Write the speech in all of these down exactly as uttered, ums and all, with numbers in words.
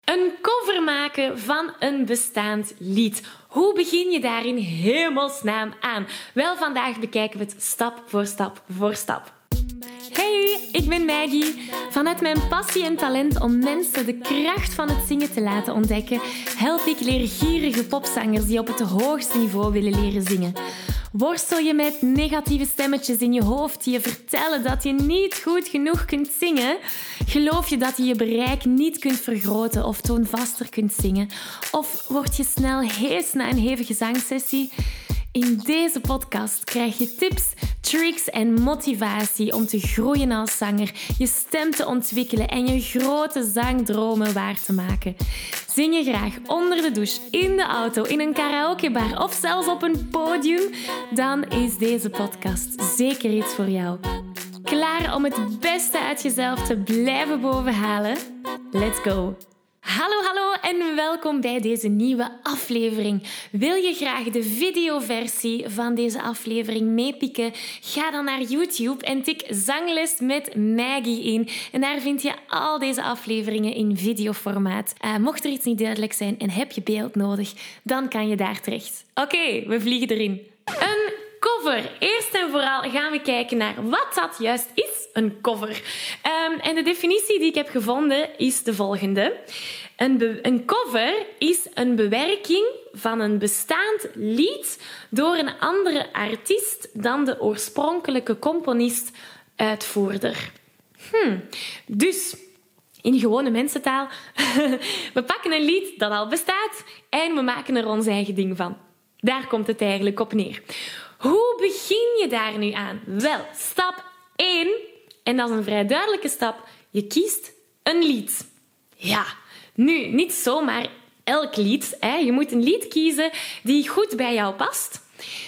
Een cover maken van een bestaand lied. Hoe begin je daar in hemelsnaam aan? Wel, vandaag bekijken we het stap voor stap voor stap. Hey, ik ben Maggie. Vanuit mijn passie en talent om mensen de kracht van het zingen te laten ontdekken, help ik leergierige popzangers die op het hoogste niveau willen leren zingen. Worstel je met negatieve stemmetjes in je hoofd die je vertellen dat je niet goed genoeg kunt zingen? Geloof je dat je je bereik niet kunt vergroten of toonvaster kunt zingen? Of word je snel hees na een hevige zangsessie? In deze podcast krijg je tips, tricks en motivatie om te groeien als zanger, je stem te ontwikkelen en je grote zangdromen waar te maken. Zing je graag onder de douche, in de auto, in een karaokebar of zelfs op een podium? Dan is deze podcast zeker iets voor jou. Klaar om het beste uit jezelf te blijven bovenhalen? Let's go! Hallo, hallo en welkom bij deze nieuwe aflevering. Wil je graag de videoversie van deze aflevering meepikken? Ga dan naar YouTube en tik Zangles met Maggie in. En daar vind je al deze afleveringen in videoformaat. Uh, mocht er iets niet duidelijk zijn en heb je beeld nodig, dan kan je daar terecht. Oké, okay, we vliegen erin. Een cover. Eerst en vooral gaan we kijken naar wat dat juist is, een cover. Um, en de definitie die ik heb gevonden is de volgende. Een, be- een cover is een bewerking van een bestaand lied door een andere artiest dan de oorspronkelijke componist-uitvoerder. Hmm. Dus, in gewone mensentaal, we pakken een lied dat al bestaat en we maken er ons eigen ding van. Daar komt het eigenlijk op neer. Hoe begin je daar nu aan? Wel, stap één, en dat is een vrij duidelijke stap, je kiest een lied. Ja, nu, niet zomaar elk lied. Hè. Je moet een lied kiezen die goed bij jou past.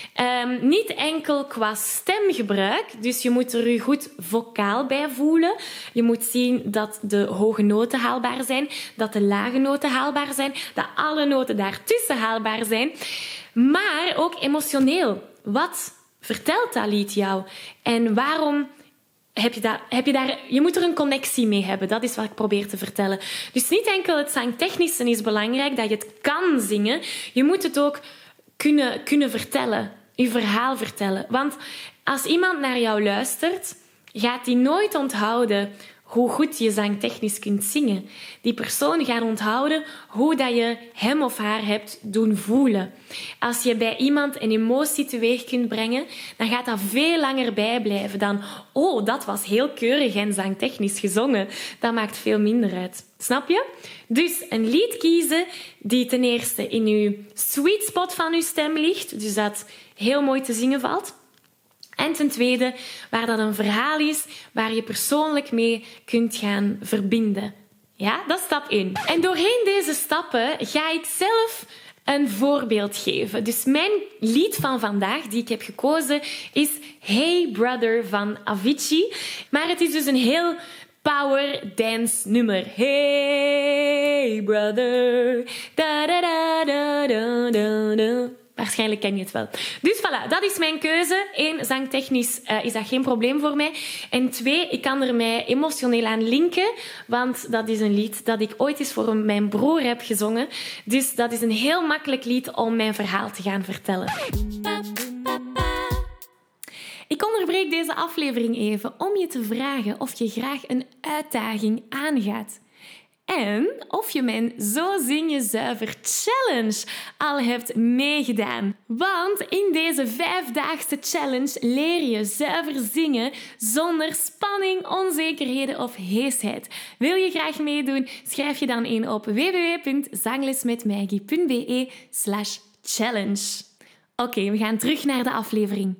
Um, niet enkel qua stemgebruik, dus je moet er je goed vocaal bij voelen. Je moet zien dat de hoge noten haalbaar zijn, dat de lage noten haalbaar zijn, dat alle noten daartussen haalbaar zijn. Maar ook emotioneel. Wat vertelt dat lied jou? En waarom heb je daar... Heb je, daar je moet er een connectie mee hebben. Dat is wat ik probeer te vertellen. Dus niet enkel het zangtechnische is belangrijk, dat je het kan zingen. Je moet het ook kunnen, kunnen vertellen. Je verhaal vertellen. Want als iemand naar jou luistert, gaat die nooit onthouden hoe goed je zangtechnisch kunt zingen. Die persoon gaat onthouden hoe dat je hem of haar hebt doen voelen. Als je bij iemand een emotie teweeg kunt brengen, dan gaat dat veel langer bijblijven dan oh, dat was heel keurig en zangtechnisch gezongen. Dat maakt veel minder uit. Snap je? Dus een lied kiezen die ten eerste in je sweet spot van je stem ligt, dus dat heel mooi te zingen valt. En ten tweede, waar dat een verhaal is waar je persoonlijk mee kunt gaan verbinden. Ja, dat is stap één. En doorheen deze stappen ga ik zelf een voorbeeld geven. Dus mijn lied van vandaag, die ik heb gekozen, is Hey Brother van Avicii. Maar het is dus een heel power dance nummer. Hey brother. Da, da, da, da, da, da, da. Waarschijnlijk ken je het wel. Dus voilà, dat is mijn keuze. Eén, zangtechnisch uh, is dat geen probleem voor mij. En twee, ik kan er mij emotioneel aan linken, want dat is een lied dat ik ooit eens voor mijn broer heb gezongen. Dus dat is een heel makkelijk lied om mijn verhaal te gaan vertellen. Ik onderbreek deze aflevering even om je te vragen of je graag een uitdaging aangaat. En of je mijn Zo Zing Je Zuiver Challenge al hebt meegedaan. Want in deze vijfdaagse challenge leer je zuiver zingen zonder spanning, onzekerheden of heesheid. Wil je graag meedoen? Schrijf je dan in op w w w punt zanglesmetmaggie punt b e slash challenge. Oké, okay, we gaan terug naar de aflevering.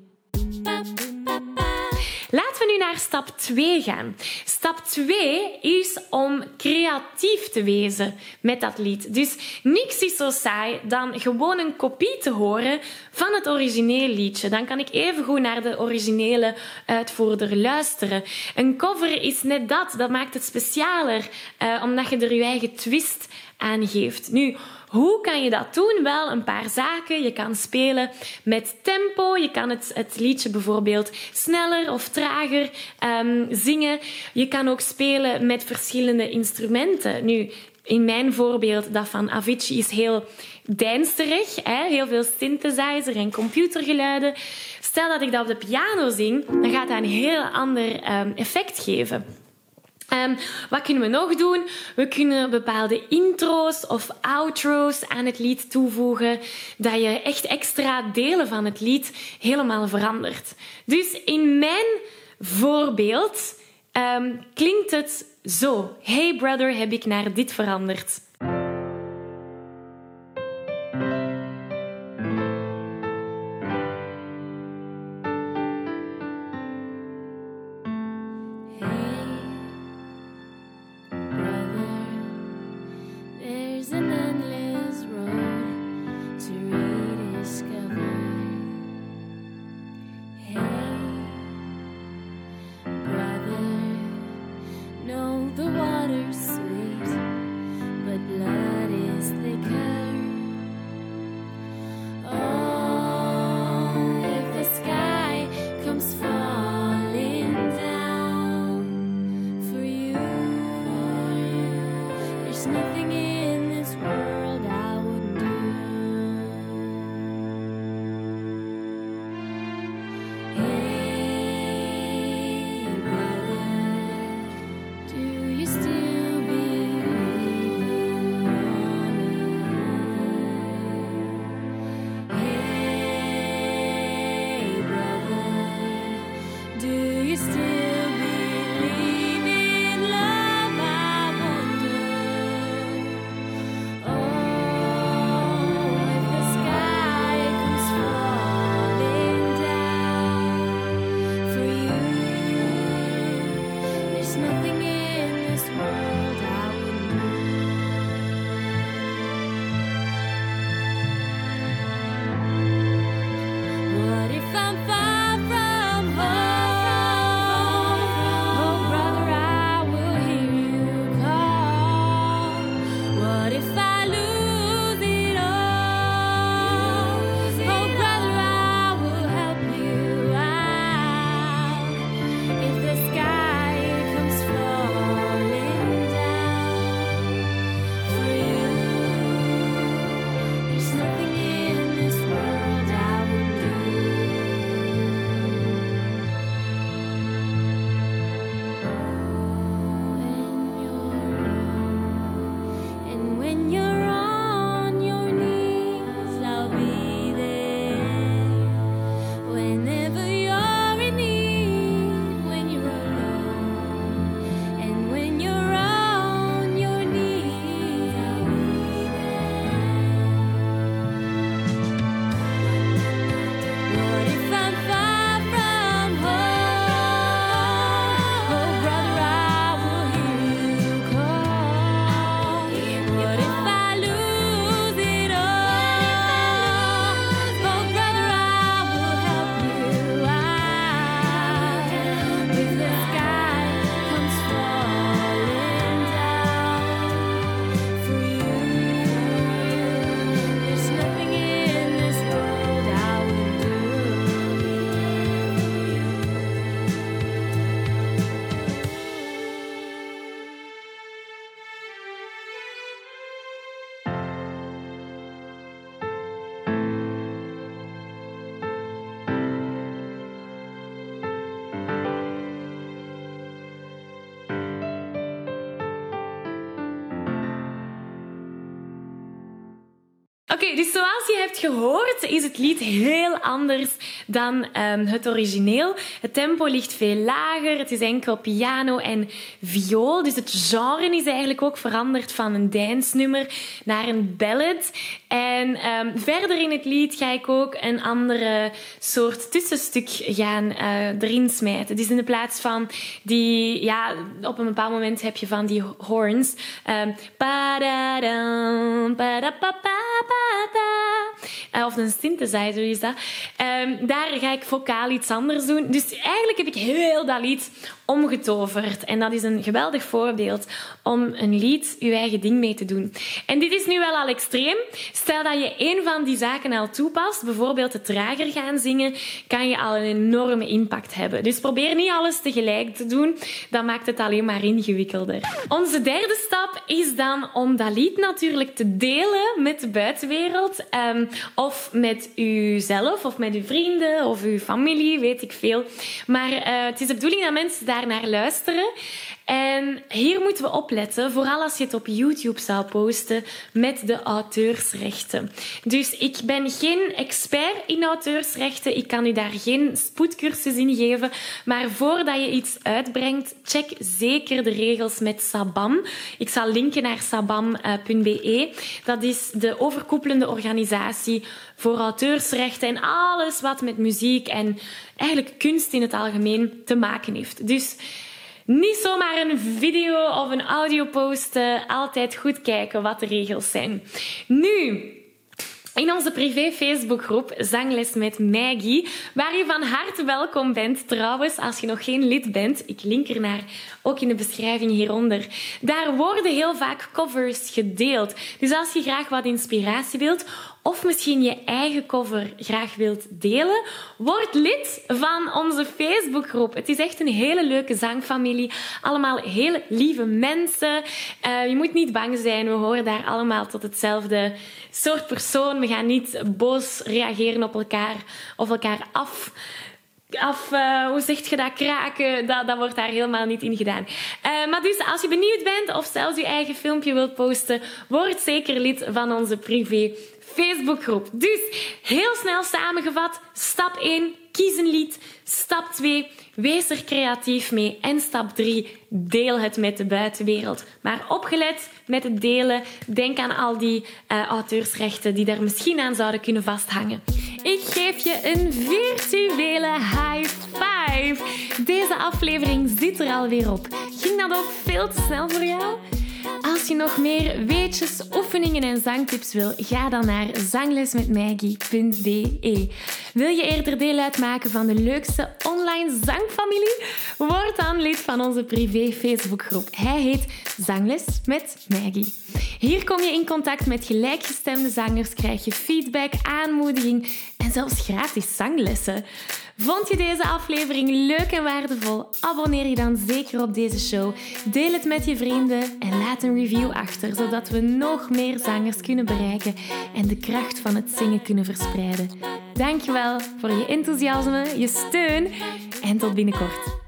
Laten we nu naar stap twee gaan. Stap twee is om creatief te wezen met dat lied. Dus niks is zo saai dan gewoon een kopie te horen van het originele liedje. Dan kan ik evengoed naar de originele uitvoerder luisteren. Een cover is net dat. Dat maakt het specialer, uh, omdat je er je eigen twist aan geeft. Nu, hoe kan je dat doen? Wel, een paar zaken. Je kan spelen met tempo. Je kan het, het liedje bijvoorbeeld sneller of trager um, zingen. Je kan ook spelen met verschillende instrumenten. Nu, in mijn voorbeeld, dat van Avicii, is heel deinsterig. Hè? Heel veel synthesizer en computergeluiden. Stel dat ik dat op de piano zing, dan gaat dat een heel ander um, effect geven. Um, wat kunnen we nog doen? We kunnen bepaalde intro's of outro's aan het lied toevoegen, dat je echt extra delen van het lied helemaal verandert. Dus in mijn voorbeeld um, klinkt het zo. Hey brother, heb ik naar dit veranderd. Oké, okay, dus zoals je hebt gehoord is het lied heel anders dan um, het origineel. Het tempo ligt veel lager, het is enkel piano en viool. Dus het genre is eigenlijk ook veranderd van een dansnummer naar een ballad. En um, verder in het lied ga ik ook een andere soort tussenstuk gaan uh, erin smijten. Dus in de plaats van die... Ja, op een bepaald moment heb je van die horns. Um, pa-da-dam, pa-da-pa-pa-pa-da. Uh, of een synthesizer is dat. Um, daar ga ik vocaal iets anders doen. Dus eigenlijk heb ik heel dat lied omgetoverd. En dat is een geweldig voorbeeld om een lied je eigen ding mee te doen. En dit is nu wel al extreem. Stel dat je één van die zaken al toepast, bijvoorbeeld het trager gaan zingen, kan je al een enorme impact hebben. Dus probeer niet alles tegelijk te doen. Dat maakt het alleen maar ingewikkelder. Onze derde stap is dan om dat lied natuurlijk te delen met de buitenwereld. Um, of met uzelf, of met uw vrienden, of uw familie, weet ik veel. Maar uh, het is de bedoeling dat mensen daar naar luisteren. En hier moeten we opletten, vooral als je het op YouTube zou posten, met de auteursrechten. Dus ik ben geen expert in auteursrechten. Ik kan u daar geen spoedcursus in geven. Maar voordat je iets uitbrengt, check zeker de regels met Sabam. Ik zal linken naar sabam punt be. Dat is de overkoepelende organisatie voor auteursrechten en alles wat met muziek en eigenlijk kunst in het algemeen te maken heeft. Dus niet zomaar een video of een audio posten. Altijd goed kijken wat de regels zijn. Nu, in onze privé Facebookgroep Zangles met Maggie, waar je van harte welkom bent trouwens, als je nog geen lid bent. Ik link ernaar ook in de beschrijving hieronder. Daar worden heel vaak covers gedeeld. Dus als je graag wat inspiratie wilt, of misschien je eigen cover graag wilt delen, word lid van onze Facebookgroep. Het is echt een hele leuke zangfamilie. Allemaal hele lieve mensen. Uh, je moet niet bang zijn. We horen daar allemaal tot hetzelfde soort persoon. We gaan niet boos reageren op elkaar of elkaar af... Af, uh, hoe zeg je dat, kraken, dat, dat wordt daar helemaal niet in gedaan. Uh, maar dus, als je benieuwd bent of zelfs je eigen filmpje wilt posten, word zeker lid van onze privé Facebookgroep. Dus, heel snel samengevat, stap één, kies een lied. Stap twee, wees er creatief mee. En stap drie, deel het met de buitenwereld. Maar opgelet met het delen, denk aan al die uh, auteursrechten die daar misschien aan zouden kunnen vasthangen. Ik geef je een virtuele high five. Deze aflevering zit er alweer op. Ging dat ook veel te snel voor jou? Als je nog meer weetjes, oefeningen en zangtips wil, ga dan naar zangles met maggie punt be. Wil je eerder deel uitmaken van de leukste online zangfamilie? Word dan lid van onze privé Facebookgroep. Hij heet Zangles met Maggie. Hier kom je in contact met gelijkgestemde zangers, krijg je feedback, aanmoediging en zelfs gratis zanglessen. Vond je deze aflevering leuk en waardevol? Abonneer je dan zeker op deze show. Deel het met je vrienden en laat een review achter, zodat we nog meer zangers kunnen bereiken en de kracht van het zingen kunnen verspreiden. Dankjewel voor je enthousiasme, je steun en tot binnenkort.